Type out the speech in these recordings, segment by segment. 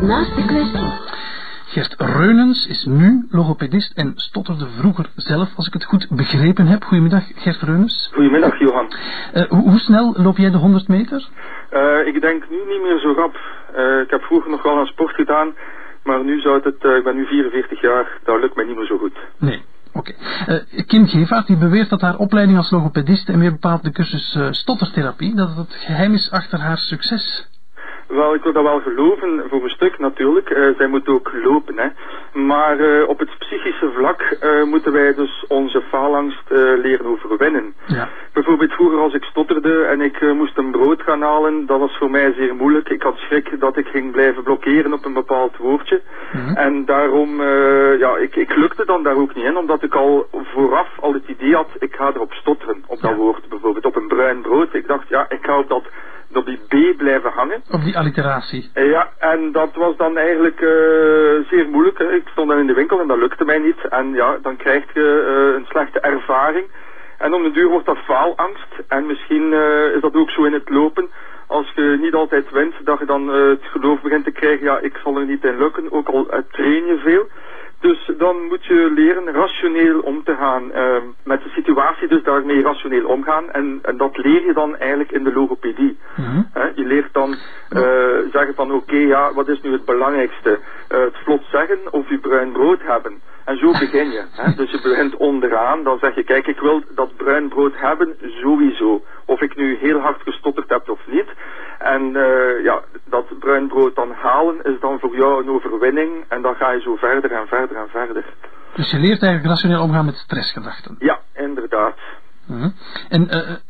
naast de kwestie. Gert Reunens is nu logopedist en stotterde vroeger zelf, als ik het goed begrepen heb. Goedemiddag, Gert Reunens. Goedemiddag, Johan. Hoe snel loop jij de 100 meter? Ik denk nu niet meer zo rap. Ik heb vroeger nog wel aan sport gedaan, maar nu zou het, ik ben nu 44 jaar, dat lukt mij niet meer zo goed. Nee. Oké. Kim Gevaert die beweert dat haar opleiding als logopediste en meer bepaald de cursus stottertherapie, dat het geheim is achter haar succes. Wel, ik wil dat wel geloven, voor een stuk natuurlijk. Zij moet ook lopen, hè. Maar op het psychische vlak moeten wij dus onze faalangst leren overwinnen. Ja. Bijvoorbeeld vroeger als ik stotterde en ik moest een brood gaan halen, dat was voor mij zeer moeilijk. Ik had schrik dat ik ging blijven blokkeren op een bepaald woordje. Mm-hmm. En daarom, ik lukte dan daar ook niet in, omdat ik al vooraf al het idee had, ik ga erop stotteren. Op dat woord bijvoorbeeld, op een bruin brood. Ik dacht, ja, ik ga op die B blijven hangen. Op die alliteratie. Ja, en dat was dan eigenlijk zeer moeilijk. Hè. Ik stond dan in de winkel en dat lukte mij niet. En ja, dan krijg je een slechte ervaring. En om de duur wordt dat faalangst. En misschien is dat ook zo in het lopen. Als je niet altijd wint, dat je dan het geloof begint te krijgen, ja, ik zal er niet in lukken. Ook al train je veel. Dus dan moet je leren rationeel om te gaan met de situatie, dus daarmee rationeel omgaan. En dat leer je dan eigenlijk in de logopedie. Mm-hmm. Je leert dan zeggen van oké, ja, wat is nu het belangrijkste? Het vlot zeggen of je bruin brood hebben. En zo begin je. Dus je begint onderaan, dan zeg je, kijk, ik wil dat bruin brood hebben, sowieso. Of ik nu heel hard gestotterd heb of niet. En dat bruin brood dan halen is dan voor jou een overwinning. En dan ga je zo verder en verder en verder. Dus je leert eigenlijk rationeel omgaan met stressgedachten. Ja, inderdaad. Mm-hmm. En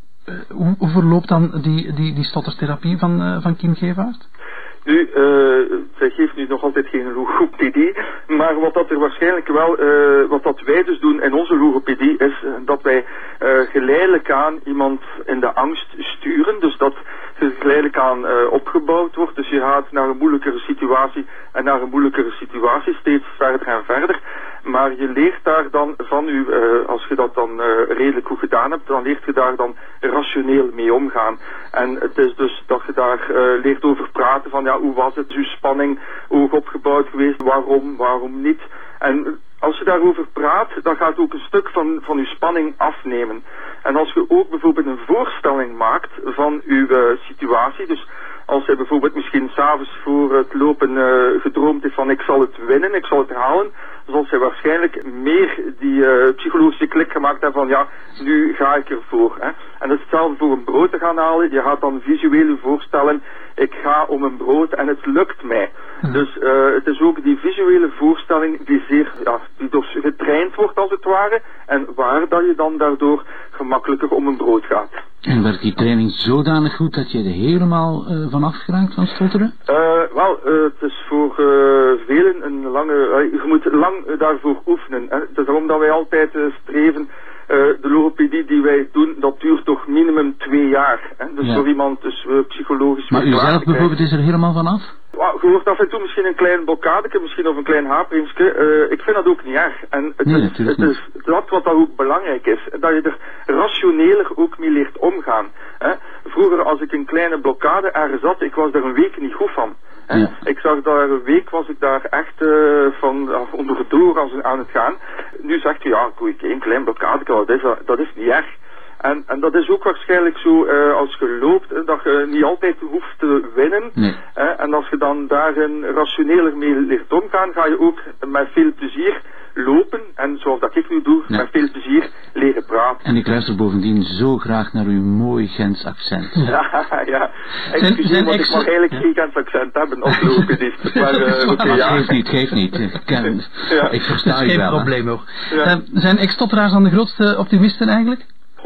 hoe verloopt dan die stottertherapie van Kim Gevaert? Nu, zij geeft nu nog altijd geen logopedie, maar wat dat er waarschijnlijk wel, wat dat wij dus doen in onze logopedie is dat wij geleidelijk aan iemand in de angst sturen, dus dat het geleidelijk aan opgebouwd wordt, dus je gaat naar een moeilijkere situatie en naar een moeilijkere situatie, steeds verder en verder, maar je leert daar dan van u, als je dat dan redelijk goed gedaan hebt, dan leert je daar dan rationeel mee omgaan. En het is dus dat je daar leert over praten van, ja, hoe was het, uw spanning ook opgebouwd geweest, waarom niet? En als je daarover praat, dan gaat ook een stuk van uw spanning afnemen. En als je ook bijvoorbeeld een voorstelling maakt van uw situatie, dus als hij bijvoorbeeld misschien 's avonds voor het lopen gedroomd heeft van ik zal het winnen, ik zal het halen, zal zij waarschijnlijk meer die psychologische klik gemaakt hebben van ja, nu ga ik ervoor. Hè. En dat is hetzelfde voor een brood te gaan halen. Je gaat dan visueel voorstellen, ik ga om een brood en het lukt mij. Dus het is ook die visuele voorstelling die die dus getraind wordt als het ware en waar dat je dan daardoor gemakkelijker om een brood gaat. En werkt die training zodanig goed dat je er helemaal van afgeraakt van stotteren? Het is voor velen een lange... je moet lang daarvoor oefenen. Hè. Het is daarom dat wij altijd streven... de logopedie die wij doen, dat duurt toch minimum 2 jaar. Hè. Dus voor iemand dus psychologisch... Maar u zelf bijvoorbeeld is er helemaal van af? Je hoort af en toe misschien een klein blokkadeke, misschien of een klein haperingsje. Ik vind dat ook niet erg. En het is dat wat dan ook belangrijk is. Dat je er rationeler ook mee leert omgaan. Hè. Vroeger als ik een kleine blokkade ergens had, ik was daar een week niet goed van. Hè. Ja. Ik zag daar een week, was ik daar echt onderdoor aan het gaan. Nu zegt u, ja, een klein blokkadeke, dat is niet erg. En dat is ook waarschijnlijk zo als je loopt, dat je niet altijd hoeft te winnen. Nee. En als je dan daarin rationeler mee leert omgaan, ga je ook met veel plezier lopen. En zoals dat ik nu doe, met veel plezier leren praten. En ik luister bovendien zo graag naar uw mooi Gens accent. Ja. Excuseer, want ik mag eigenlijk geen Gens accent hebben als logopedist. Maar geeft niet. Ik versta u wel. Geen probleem hoor. Zijn ex-stotteraars dan de grootste optimisten eigenlijk?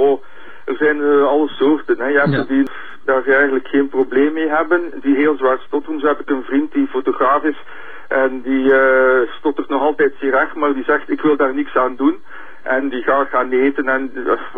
Er zijn alle soorten. Hè. Je hebt die daar eigenlijk geen probleem mee hebben, die heel zwaar stotteren. Zo heb ik een vriend die fotograaf is en die stottert nog altijd zeer erg, maar die zegt ik wil daar niks aan doen. En die gaat gaan eten en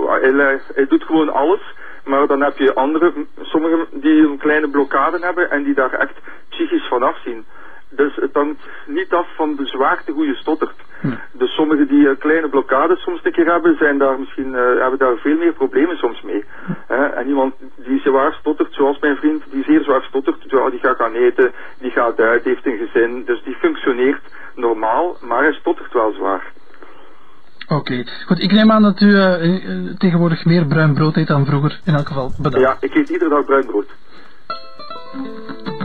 hij doet gewoon alles. Maar dan heb je sommigen die een kleine blokkade hebben en die daar echt psychisch van afzien. Dus het hangt niet af van de zwaarte hoe je stottert. Dus sommigen die kleine blokkades soms een keer hebben, hebben daar veel meer problemen soms mee. En iemand die zwaar stottert, zoals mijn vriend die zeer zwaar stottert, ja, die gaat gaan eten, die gaat uit, heeft een gezin, dus die functioneert normaal, maar hij stottert wel zwaar. Oké. Goed, ik neem aan dat u tegenwoordig meer bruin brood eet dan vroeger, in elk geval. Bedankt. Ja, ik eet iedere dag bruin brood.